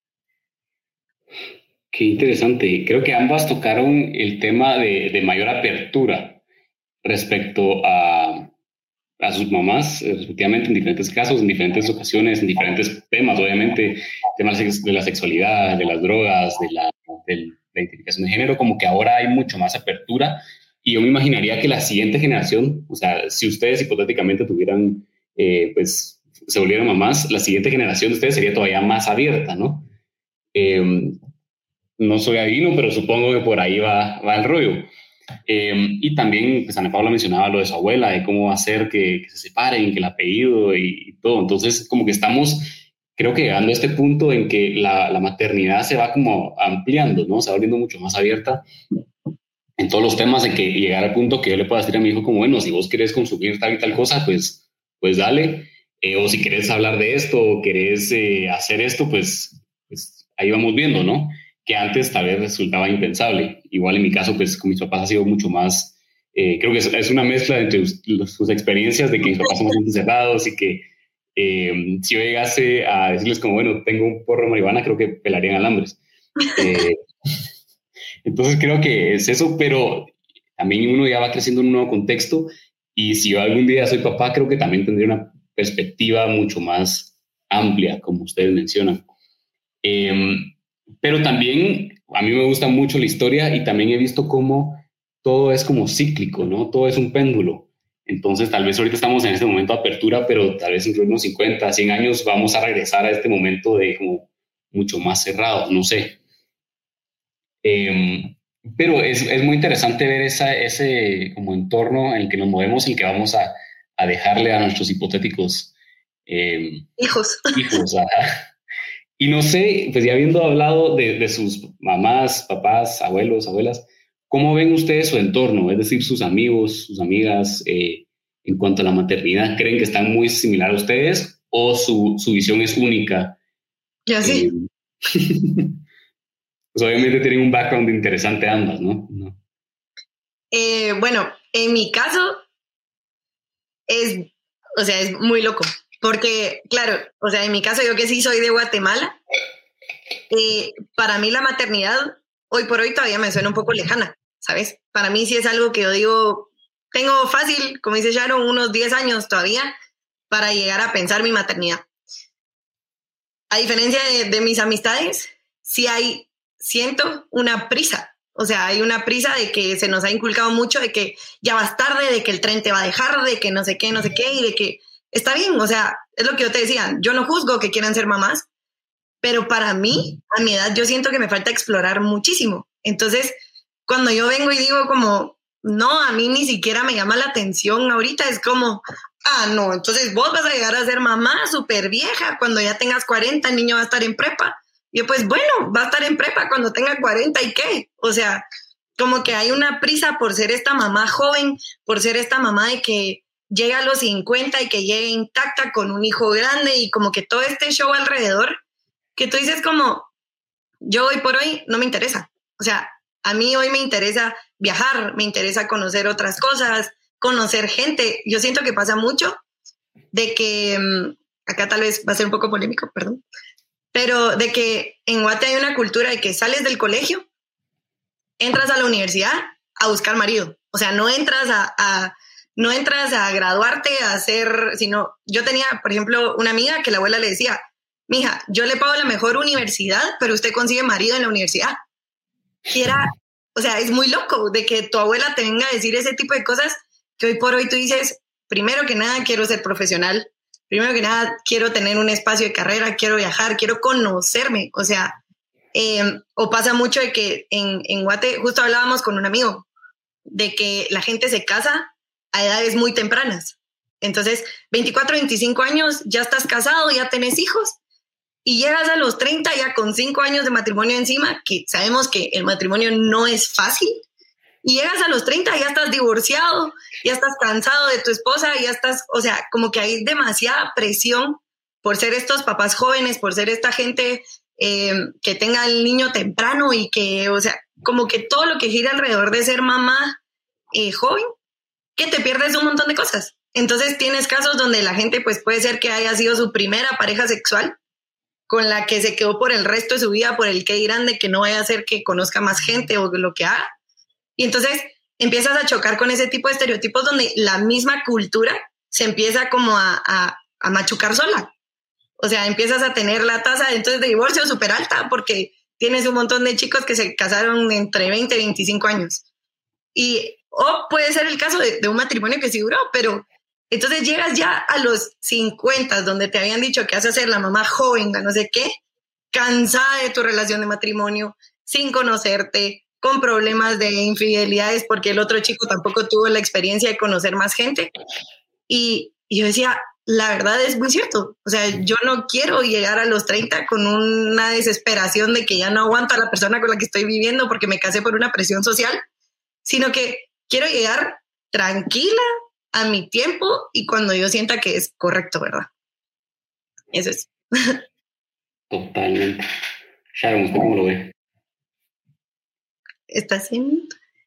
Qué interesante. Creo que ambas tocaron el tema de, de mayor apertura respecto a, a sus mamás, respectivamente, en diferentes casos, en diferentes ocasiones, en diferentes temas, obviamente, temas de la sexualidad, de las drogas, de la, de la identificación de género, como que ahora hay mucho más apertura. Y yo me imaginaría que la siguiente generación, o sea, si ustedes hipotéticamente tuvieran, eh, pues, se volvieron mamás, la siguiente generación de ustedes sería todavía más abierta, ¿no? Eh, no soy adivino, pero supongo que por ahí va, va el rollo. Eh, y también, pues, Ana Paula mencionaba lo de su abuela, de cómo hacer que, que se separen, que el apellido y, y todo. Entonces, como que estamos, creo que llegando a este punto en que la, la maternidad se va como ampliando, ¿no? Se va volviendo mucho más abierta en todos los temas, en que llegar al punto que yo le pueda decir a mi hijo como, bueno, si vos querés consumir tal y tal cosa, pues, pues dale. Eh, o si querés hablar de esto o querés eh, hacer esto, pues, pues ahí vamos viendo, ¿no? Que antes tal vez resultaba impensable. Igual en mi caso, pues con mis papás ha sido mucho más, eh, creo que es, es una mezcla entre sus, sus experiencias de que mis papás son bastante cerrados y que eh, si yo llegase a decirles como, bueno, tengo un porro de marihuana, creo que pelarían alambres. Eh, entonces creo que es eso, pero también uno ya va creciendo en un nuevo contexto y si yo algún día soy papá, creo que también tendría una perspectiva mucho más amplia, como ustedes mencionan. Eh, pero también a mí me gusta mucho la historia y también he visto cómo todo es como cíclico, ¿no? Todo es un péndulo. Entonces, tal vez ahorita estamos en este momento de apertura, pero tal vez en unos cincuenta, cien años vamos a regresar a este momento de como mucho más cerrado, no sé. Eh, pero es, es muy interesante ver esa, ese como entorno en el que nos movemos, en el que vamos a, a dejarle a nuestros hipotéticos eh, hijos. hijos ajá. Y no sé, pues ya habiendo hablado de, de sus mamás, papás, abuelos, abuelas, ¿cómo ven ustedes su entorno? Es decir, sus amigos, sus amigas, eh, en cuanto a la maternidad, ¿creen que están muy similar a ustedes o su, su visión es única? Ya sí. Eh, pues obviamente tienen un background interesante ambas, ¿no? ¿no? Eh, bueno, en mi caso es, o sea, es muy loco. Porque, claro, o sea, en mi caso yo que sí soy de Guatemala, eh, para mí la maternidad hoy por hoy todavía me suena un poco lejana, ¿sabes? Para mí sí es algo que yo digo, tengo fácil, como dice Sharon, unos diez años todavía para llegar a pensar mi maternidad. A diferencia de, de mis amistades, sí hay, siento una prisa. O sea, hay una prisa de que se nos ha inculcado mucho de que ya vas tarde, de que el tren te va a dejar, de que no sé qué, no sé qué, y de que está bien, o sea, es lo que yo te decía, yo no juzgo que quieran ser mamás, pero para mí, a mi edad, yo siento que me falta explorar muchísimo. Entonces, cuando yo vengo y digo como, no, a mí ni siquiera me llama la atención ahorita, es como, ah, no, entonces vos vas a llegar a ser mamá súper vieja, cuando ya tengas cuarenta, el niño va a estar en prepa. Y yo, pues bueno, va a estar en prepa cuando tenga cuarenta, ¿y qué? O sea, como que hay una prisa por ser esta mamá joven, por ser esta mamá de que llega a los cincuenta y que llegue intacta con un hijo grande y como que todo este show alrededor, que tú dices como, yo hoy por hoy no me interesa. O sea, a mí hoy me interesa viajar, me interesa conocer otras cosas, conocer gente. Yo siento que pasa mucho de que, acá tal vez va a ser un poco polémico, perdón, pero de que en Guate hay una cultura de que sales del colegio, entras a la universidad a buscar marido. O sea, no entras a... a No entras a graduarte, a hacer, sino yo tenía, por ejemplo, una amiga que la abuela le decía, mija, yo le pago la mejor universidad, pero usted consigue marido en la universidad. Y era, o sea, es muy loco de que tu abuela te venga a decir ese tipo de cosas que hoy por hoy tú dices, primero que nada quiero ser profesional, primero que nada quiero tener un espacio de carrera, quiero viajar, quiero conocerme. O sea, eh, o pasa mucho de que en, en Guate, justo hablábamos con un amigo, de que la gente se casa a edades muy tempranas. Entonces, veinticuatro, veinticinco años, ya estás casado, ya tenés hijos, y llegas a los treinta ya con cinco años de matrimonio encima, que sabemos que el matrimonio no es fácil, y llegas a los treinta, ya estás divorciado, ya estás cansado de tu esposa, ya estás, o sea, como que hay demasiada presión por ser estos papás jóvenes, por ser esta gente eh, que tenga el niño temprano y que, o sea, como que todo lo que gira alrededor de ser mamá eh, joven, que te pierdes un montón de cosas. Entonces tienes casos donde la gente pues puede ser que haya sido su primera pareja sexual con la que se quedó por el resto de su vida, por el que dirán de que no vaya a hacer que conozca más gente o lo que haga. Y entonces empiezas a chocar con ese tipo de estereotipos donde la misma cultura se empieza como a, a, a machucar sola. O sea, empiezas a tener la tasa de, entonces, de divorcio súper alta porque tienes un montón de chicos que se casaron entre veinte y veinticinco años. Y o puede ser el caso de, de un matrimonio que sí duró, pero entonces llegas ya a los cincuenta, donde te habían dicho que vas a ser la mamá joven, no sé qué, cansada de tu relación de matrimonio, sin conocerte, con problemas de infidelidades, porque el otro chico tampoco tuvo la experiencia de conocer más gente. Y, y yo decía, la verdad es muy cierto. O sea, yo no quiero llegar a los treinta con una desesperación de que ya no aguanto a la persona con la que estoy viviendo porque me casé por una presión social, sino que quiero llegar tranquila a mi tiempo y cuando yo sienta que es correcto, ¿verdad? Eso es. Totalmente. Sharon, ¿usted cómo lo ve? ¿Estás en?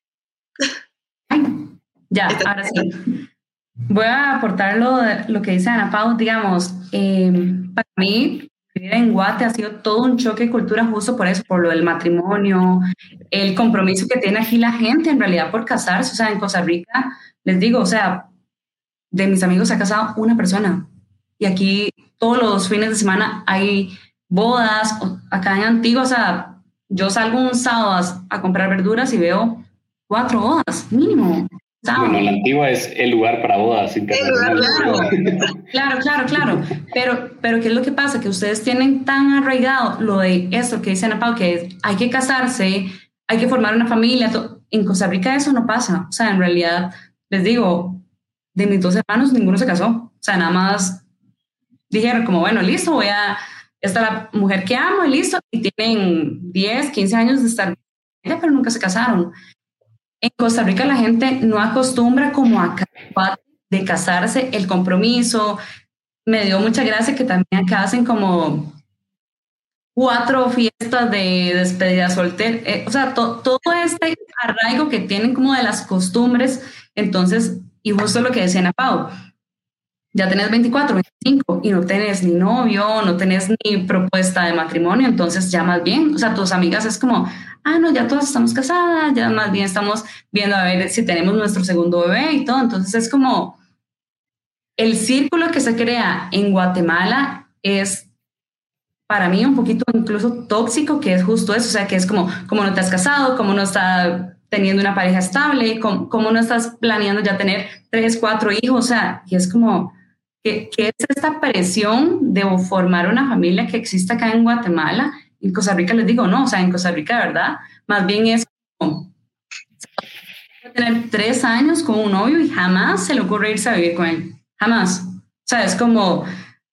Ya, ¿Estás ahora sí. Voy a aportar lo, lo que dice Ana Pau. Digamos, eh, para mí, vivir en Guate ha sido todo un choque de cultura justo por eso, por lo del matrimonio, el compromiso que tiene aquí la gente en realidad por casarse. O sea, en Costa Rica, les digo, o sea, de mis amigos se ha casado una persona y aquí todos los fines de semana hay bodas. Acá en Antigua, o sea, yo salgo un sábado a, a comprar verduras y veo cuatro bodas mínimo. Bueno, la Antigua es el lugar para bodas internacionales. Claro, claro, claro, claro. Pero, pero ¿qué es lo que pasa? Que ustedes tienen tan arraigado lo de esto que dice Ana Pau, que es, hay que casarse, hay que formar una familia. En Costa Rica eso no pasa. O sea, en realidad, les digo, de mis dos hermanos ninguno se casó. O sea, nada más dijeron como, bueno, listo, voy a... Esta es la mujer que amo y listo. Y tienen diez, quince años de estar, pero nunca se casaron. En Costa Rica la gente no acostumbra como acá de casarse, el compromiso. Me dio mucha gracia que también acá hacen como cuatro fiestas de despedida soltera. Eh, o sea, to, todo este arraigo que tienen como de las costumbres. Entonces, y justo lo que decía Ana Pau, ya tenés veinticuatro, veinticinco y no tenés ni novio, no tenés ni propuesta de matrimonio, entonces ya más bien, o sea, tus amigas es como, ah, no, ya todas estamos casadas, ya más bien estamos viendo a ver si tenemos nuestro segundo bebé y todo, entonces es como el círculo que se crea en Guatemala es para mí un poquito incluso tóxico, que es justo eso, o sea, que es como, como no te has casado, como no estás teniendo una pareja estable, como, como no estás planeando ya tener tres, cuatro hijos, o sea, y es como, ¿qué, qué es esta presión de formar una familia que existe acá en Guatemala? En Costa Rica les digo, no, o sea, en Costa Rica, de verdad, más bien es como tener tres años con un novio y jamás se le ocurre irse a vivir con él, jamás. O sea, es como,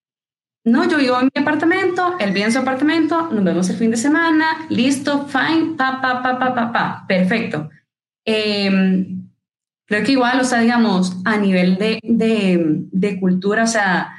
no, yo vivo en mi apartamento, él vive en su apartamento, nos vemos el fin de semana, listo, fine, pa, pa, pa, pa, pa, pa, perfecto. Eh, creo que igual, o sea, digamos, a nivel de, de, de cultura, o sea,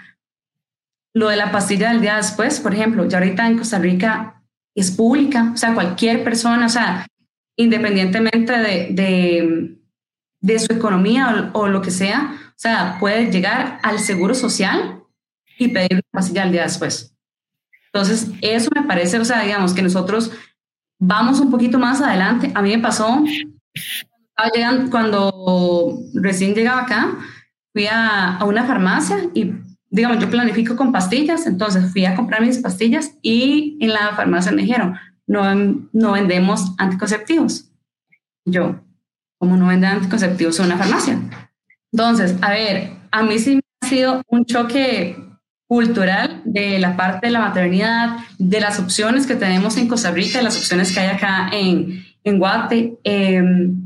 lo de la pastilla del día después, por ejemplo, ya ahorita en Costa Rica es pública, o sea, cualquier persona, o sea, independientemente de, de, de su economía o, o lo que sea, o sea, puede llegar al seguro social y pedir una pastilla al día después. Entonces, eso me parece, o sea, digamos que nosotros vamos un poquito más adelante. A mí me pasó, llegando, cuando recién llegaba acá, fui a, a una farmacia y, digamos, yo planifico con pastillas, entonces fui a comprar mis pastillas y en la farmacia me dijeron, no, no vendemos anticonceptivos. Yo, ¿cómo no venden anticonceptivos en una farmacia? Entonces, a ver, a mí sí me ha sido un choque cultural de la parte de la maternidad, de las opciones que tenemos en Costa Rica, de las opciones que hay acá en, en Guate. Eh,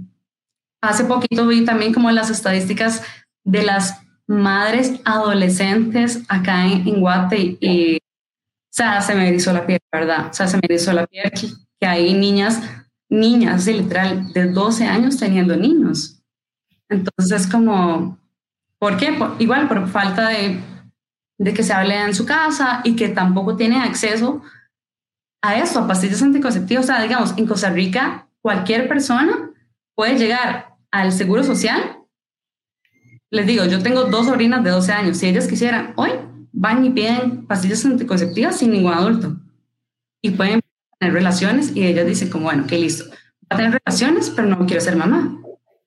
hace poquito vi también como las estadísticas de las madres adolescentes acá en, en Guate y, y, o sea, se me erizó la piel, ¿verdad? O sea, se me erizó la piel que, que hay niñas, niñas, sí, literal, de doce años teniendo niños. Entonces es como, ¿por qué? Por, igual por falta de de que se hable en su casa y que tampoco tienen acceso a eso, a pastillas anticonceptivas. O sea, digamos, en Costa Rica, cualquier persona puede llegar al seguro social. Les digo, yo tengo dos sobrinas de doce años. Si ellas quisieran, hoy van y piden pastillas anticonceptivas sin ningún adulto. Y pueden tener relaciones y ellas dicen como, bueno, que listo. Va a tener relaciones, pero no quiero ser mamá.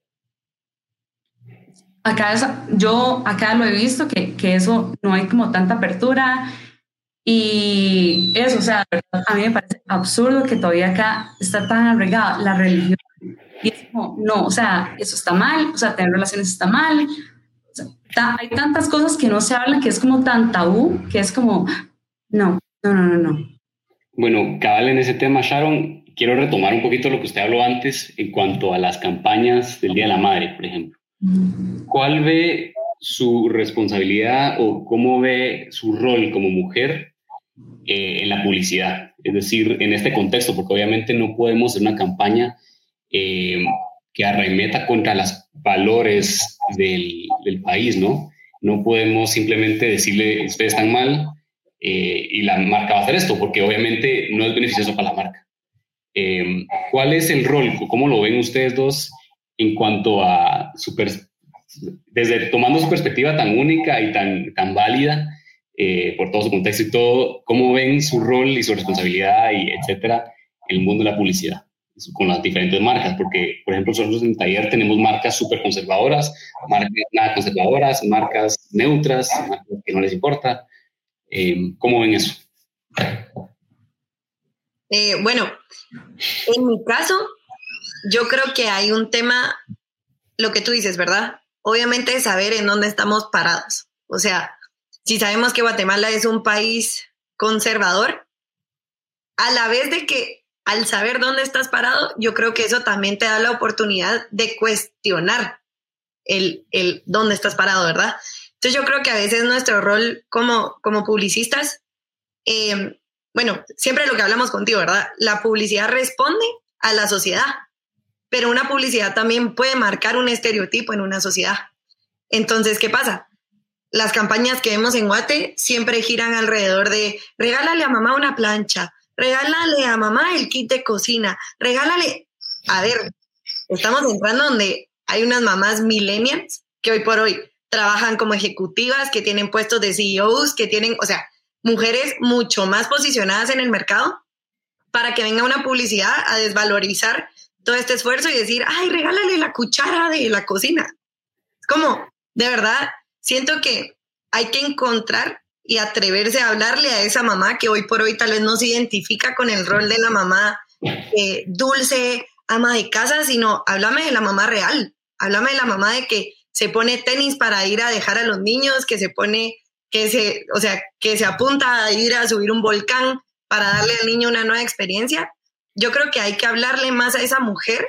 Acá es, yo acá lo he visto que, que eso no hay como tanta apertura y eso, o sea, a mí me parece absurdo que todavía acá está tan arraigada la religión y es como, no, o sea, eso está mal, o sea, tener relaciones está mal, o sea, ta, hay tantas cosas que no se hablan que es como tan tabú, que es como, no, no, no, no, no. Bueno, cabal en ese tema, Sharon, quiero retomar un poquito lo que usted habló antes en cuanto a las campañas del Día de la Madre, por ejemplo. ¿Cuál ve su responsabilidad o cómo ve su rol como mujer eh, en la publicidad? Es decir, en este contexto, porque obviamente no podemos hacer una campaña eh, que arremeta contra los valores del, del país, ¿no? No podemos simplemente decirle, ustedes están mal, eh, y la marca va a hacer esto, porque obviamente no es beneficioso para la marca. Eh, ¿Cuál es el rol? ¿Cómo lo ven ustedes dos en cuanto a su pers- desde tomando su perspectiva tan única y tan, tan válida, eh, por todo su contexto y todo, cómo ven su rol y su responsabilidad y etcétera en el mundo de la publicidad con las diferentes marcas? Porque, por ejemplo, nosotros en el taller tenemos marcas súper conservadoras, marcas nada conservadoras, marcas neutras, marcas que no les importa. Eh, ¿Cómo ven eso? Eh, bueno, en mi caso, yo creo que hay un tema, lo que tú dices, ¿verdad? Obviamente saber en dónde estamos parados. O sea, si sabemos que Guatemala es un país conservador, a la vez de que al saber dónde estás parado, yo creo que eso también te da la oportunidad de cuestionar el, el dónde estás parado, ¿verdad? Entonces yo creo que a veces nuestro rol como, como publicistas, eh, bueno, siempre lo que hablamos contigo, ¿verdad? La publicidad responde a la sociedad, pero una publicidad también puede marcar un estereotipo en una sociedad. Entonces, ¿qué pasa? Las campañas que vemos en Guate siempre giran alrededor de regálale a mamá una plancha, regálale a mamá el kit de cocina, regálale... A ver, estamos entrando donde hay unas mamás millennials que hoy por hoy trabajan como ejecutivas, que tienen puestos de C E Os, que tienen, o sea, mujeres mucho más posicionadas en el mercado para que venga una publicidad a desvalorizar todo este esfuerzo y decir, ay, regálale la cuchara de la cocina. Es como, de verdad, siento que hay que encontrar y atreverse a hablarle a esa mamá que hoy por hoy tal vez no se identifica con el rol de la mamá eh, dulce, ama de casa, sino háblame de la mamá real. Háblame de la mamá de que se pone tenis para ir a dejar a los niños, que se pone, que se, o sea, que se apunta a ir a subir un volcán para darle al niño una nueva experiencia. Yo creo que hay que hablarle más a esa mujer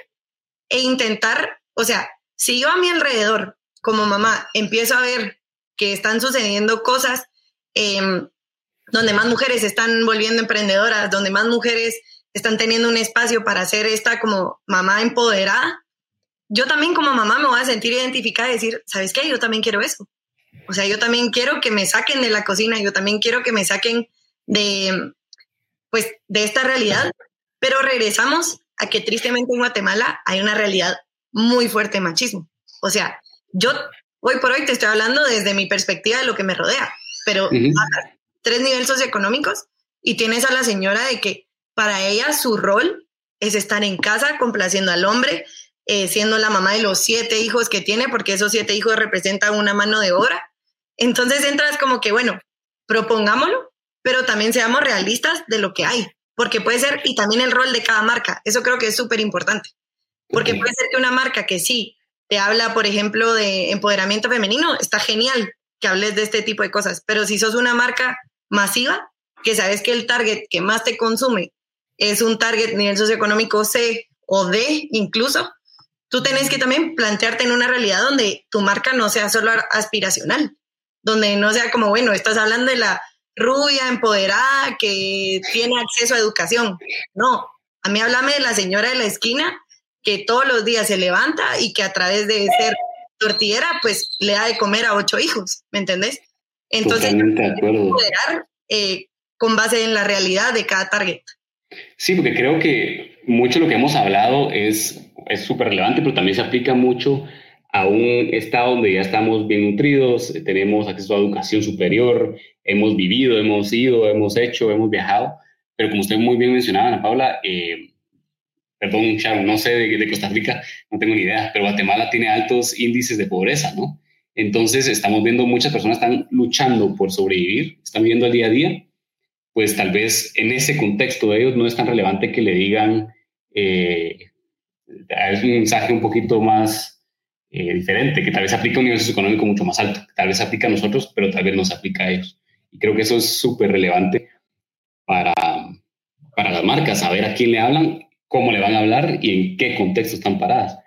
e intentar, o sea, si yo a mi alrededor, como mamá, empiezo a ver que están sucediendo cosas eh, donde más mujeres se están volviendo emprendedoras, donde más mujeres están teniendo un espacio para ser esta como mamá empoderada, yo también como mamá me voy a sentir identificada y decir, ¿sabes qué? Yo también quiero eso. O sea, yo también quiero que me saquen de la cocina, yo también quiero que me saquen de, pues, de esta realidad. Pero regresamos a que tristemente en Guatemala hay una realidad muy fuerte de machismo. O sea, yo hoy por hoy te estoy hablando desde mi perspectiva de lo que me rodea, pero uh-huh. a tres niveles socioeconómicos y tienes a la señora de que para ella su rol es estar en casa complaciendo al hombre, eh, siendo la mamá de los siete hijos que tiene, porque esos siete hijos representan una mano de obra. Entonces entras como que, bueno, propongámoslo, pero también seamos realistas de lo que hay, porque puede ser, y también el rol de cada marca, eso creo que es súper importante, porque puede ser que una marca que sí te habla, por ejemplo, de empoderamiento femenino, está genial que hables de este tipo de cosas, pero si sos una marca masiva, que sabes que el target que más te consume es un target nivel socioeconómico C o D incluso, tú tenés que también plantearte en una realidad donde tu marca no sea solo aspiracional, donde no sea como, bueno, estás hablando de la rubia, empoderada, que tiene acceso a educación. No, a mí háblame de la señora de la esquina que todos los días se levanta y que a través de ser tortillera, pues le da de comer a ocho hijos, ¿me entendés? Entonces, empoderar eh, con base en la realidad de cada target. Sí, porque creo que mucho de lo que hemos hablado es es súper relevante, pero también se aplica mucho a un estado donde ya estamos bien nutridos, tenemos acceso a educación superior, hemos vivido, hemos ido, hemos hecho, hemos viajado, pero como usted muy bien mencionaba, Ana Paula, eh, perdón, Sharon, no sé de, de Costa Rica, no tengo ni idea, pero Guatemala tiene altos índices de pobreza, ¿no? Entonces estamos viendo muchas personas están luchando por sobrevivir, están viviendo el día a día, pues tal vez en ese contexto de ellos no es tan relevante que le digan... Eh, es un mensaje un poquito más eh, diferente, que tal vez aplica a un nivel socioeconómico mucho más alto, que tal vez aplica a nosotros, pero tal vez no se aplica a ellos. Y creo que eso es súper relevante para, para las marcas, saber a quién le hablan, cómo le van a hablar y en qué contexto están paradas.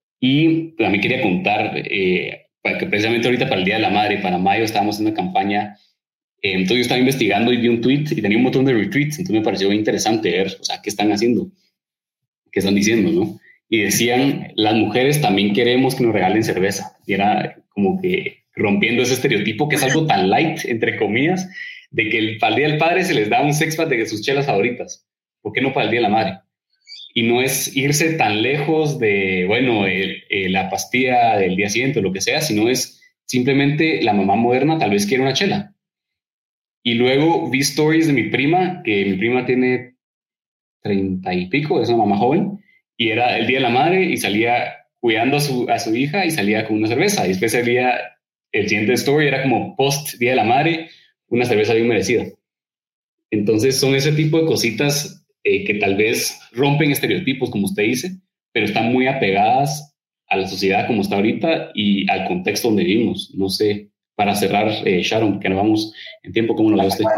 Y también quería contar, eh, que precisamente ahorita para el Día de la Madre, para mayo, estábamos haciendo una campaña, eh, entonces yo estaba investigando y vi un tweet y tenía un montón de retweets, entonces me pareció interesante ver, o sea, qué están haciendo, qué están diciendo, ¿no? Y decían, las mujeres también queremos que nos regalen cerveza. Y era como que rompiendo ese estereotipo que es algo tan light, entre comillas, de que el, para el Día del Padre se les da un six-pack de sus chelas favoritas. ¿Por qué no para el Día de la Madre? Y no es irse tan lejos de, bueno, el, el, la pastilla del día siguiente o lo que sea, sino es simplemente la mamá moderna tal vez quiere una chela. Y luego vi stories de mi prima, que mi prima tiene treinta y pico, es una mamá joven, y era el Día de la Madre y salía cuidando a su, a su hija y salía con una cerveza. Y después salía, el siguiente story era como post Día de la Madre, una cerveza bien merecida. Entonces son ese tipo de cositas eh, que tal vez rompen estereotipos, como usted dice, pero están muy apegadas a la sociedad como está ahorita y al contexto donde vivimos. No sé, para cerrar, eh, Sharon, que nos vamos en tiempo, ¿cómo lo ve usted?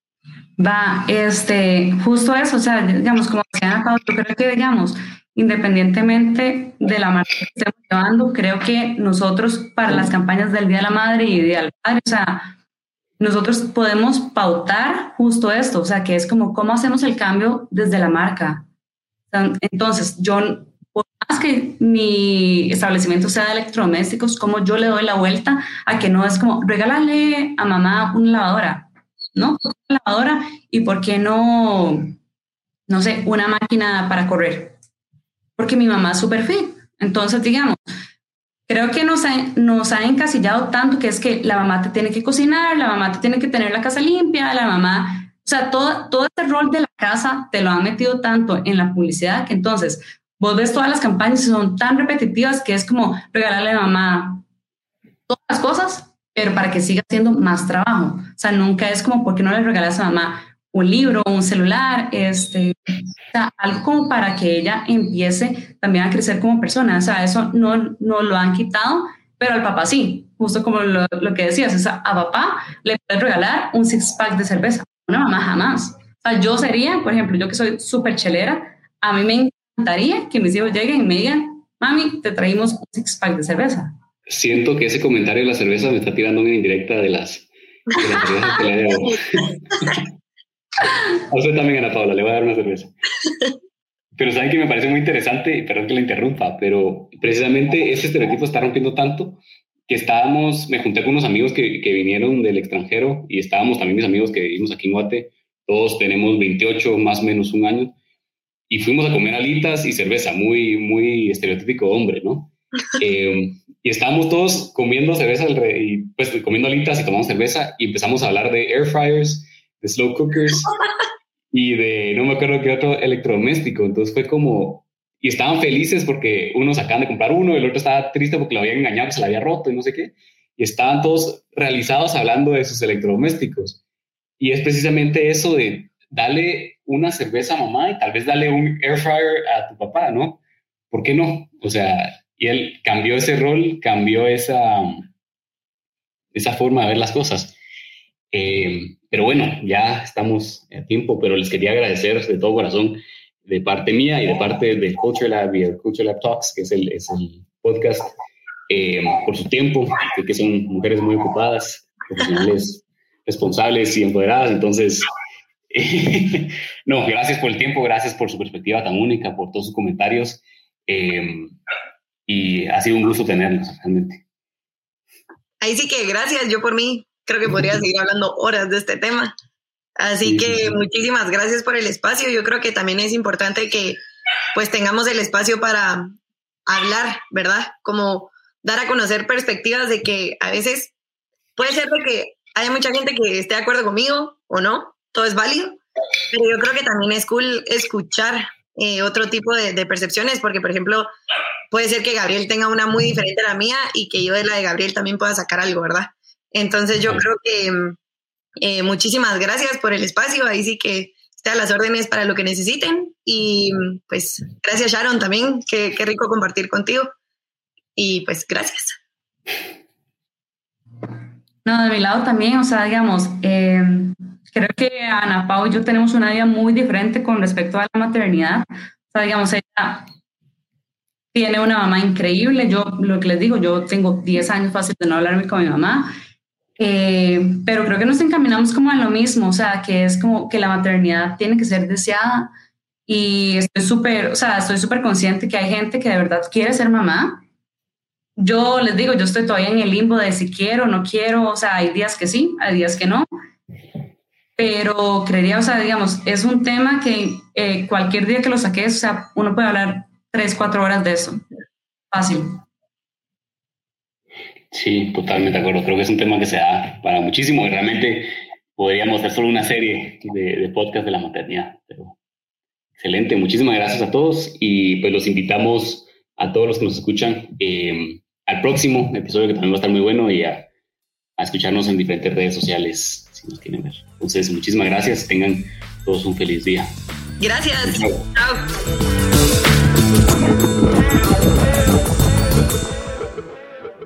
Va, este, justo eso, o sea, digamos, como decía Ana Paula, yo creo que, digamos, independientemente de la marca que estemos llevando, creo que nosotros para las campañas del Día de la Madre y Día del Padre, o sea, nosotros podemos pautar justo esto, o sea, que es como cómo hacemos el cambio desde la marca. Entonces, yo, por más que mi establecimiento sea de electrodomésticos, como yo le doy la vuelta a que no es como regálale a mamá una lavadora, ¿no? Una lavadora y por qué no, no sé, una máquina para correr, porque mi mamá es súper fit. Entonces, digamos, creo que nos ha, nos ha encasillado tanto que es que la mamá te tiene que cocinar, la mamá te tiene que tener la casa limpia, la mamá, o sea, todo, todo este rol de la casa te lo han metido tanto en la publicidad que entonces vos ves todas las campañas y son tan repetitivas que es como regalarle a mamá todas las cosas, pero para que siga haciendo más trabajo. O sea, nunca es como, ¿por qué no le regalas a mamá un libro, un celular, este, o sea, algo como para que ella empiece también a crecer como persona? O sea, eso no, no lo han quitado, pero al papá sí, justo como lo, lo que decías, o sea, a papá le puedes regalar un six-pack de cerveza, a una mamá jamás. O sea, yo sería, por ejemplo, yo que soy súper chelera, a mí me encantaría que mis hijos lleguen y me digan, mami, te traímos un six-pack de cerveza. Siento que ese comentario de la cerveza me está tirando una indirecta de las, de las cervezas que le debo. A usted también, Ana Paula, le voy a dar una cerveza. Pero saben que me parece muy interesante, perdón que la interrumpa, pero precisamente ese estereotipo está rompiendo tanto que estábamos, me junté con unos amigos que, que vinieron del extranjero y estábamos también mis amigos que vivimos aquí en Guate, todos tenemos veintiocho, más o menos un año, y fuimos a comer alitas y cerveza, muy, muy estereotípico hombre, ¿no? eh, y estábamos todos comiendo cerveza y pues comiendo alitas y tomamos cerveza y empezamos a hablar de air fryers, de slow cookers y de no me acuerdo qué otro electrodoméstico. Entonces fue como, y estaban felices porque unos acaban de comprar uno, el otro estaba triste porque lo habían engañado, que se lo había roto y no sé qué, y estaban todos realizados hablando de sus electrodomésticos. Y es precisamente eso de darle una cerveza a mamá y tal vez darle un air fryer a tu papá, ¿no? ¿Por qué no? O sea, y él cambió ese rol, cambió esa, esa forma de ver las cosas. Eh, pero bueno, ya estamos a tiempo, pero les quería agradecer de todo corazón, de parte mía y de parte del Culture Lab y el Culture Lab Talks, que es el, es el podcast, eh, por su tiempo, que, que son mujeres muy ocupadas, profesionales, responsables y empoderadas. Entonces, eh, no, gracias por el tiempo, gracias por su perspectiva tan única, por todos sus comentarios, eh, y ha sido un gusto tenerlos, realmente. Ahí sí que gracias, yo por mí creo que podría seguir hablando horas de este tema. Así sí, que sí, sí. Muchísimas gracias por el espacio. Yo creo que también es importante que pues tengamos el espacio para hablar, ¿verdad? Como dar a conocer perspectivas de que a veces puede ser de que haya mucha gente que esté de acuerdo conmigo o no, todo es válido, pero yo creo que también es cool escuchar eh, otro tipo de, de percepciones, porque por ejemplo puede ser que Gabriel tenga una muy diferente a la mía y que yo de la de Gabriel también pueda sacar algo, ¿verdad? Entonces yo creo que eh, muchísimas gracias por el espacio, ahí sí que está a las órdenes para lo que necesiten y pues gracias Sharon también, qué, qué rico compartir contigo y pues gracias. No, de mi lado también, o sea, digamos, eh, creo que Ana Pau y yo tenemos una vida muy diferente con respecto a la maternidad, o sea, digamos, ella tiene una mamá increíble, yo lo que les digo, yo tengo diez años fácil de no hablarme con mi mamá, Eh, pero creo que nos encaminamos como a lo mismo, o sea, que es como que la maternidad tiene que ser deseada y estoy súper, o sea, estoy súper consciente que hay gente que de verdad quiere ser mamá. Yo les digo, yo estoy todavía en el limbo de si quiero o no quiero, o sea, hay días que sí, hay días que no, pero creería, o sea, digamos, es un tema que eh, cualquier día que lo saques, o sea, uno puede hablar tres, cuatro horas de eso. Fácil. Sí, totalmente de acuerdo. Creo que es un tema que se da para muchísimo y realmente podríamos hacer solo una serie de, de podcast de la maternidad. Pero excelente, muchísimas gracias a todos y pues los invitamos a todos los que nos escuchan eh, al próximo episodio que también va a estar muy bueno y a, a escucharnos en diferentes redes sociales si nos quieren ver. Entonces, muchísimas gracias. Tengan todos un feliz día. Gracias. Chao. Chao.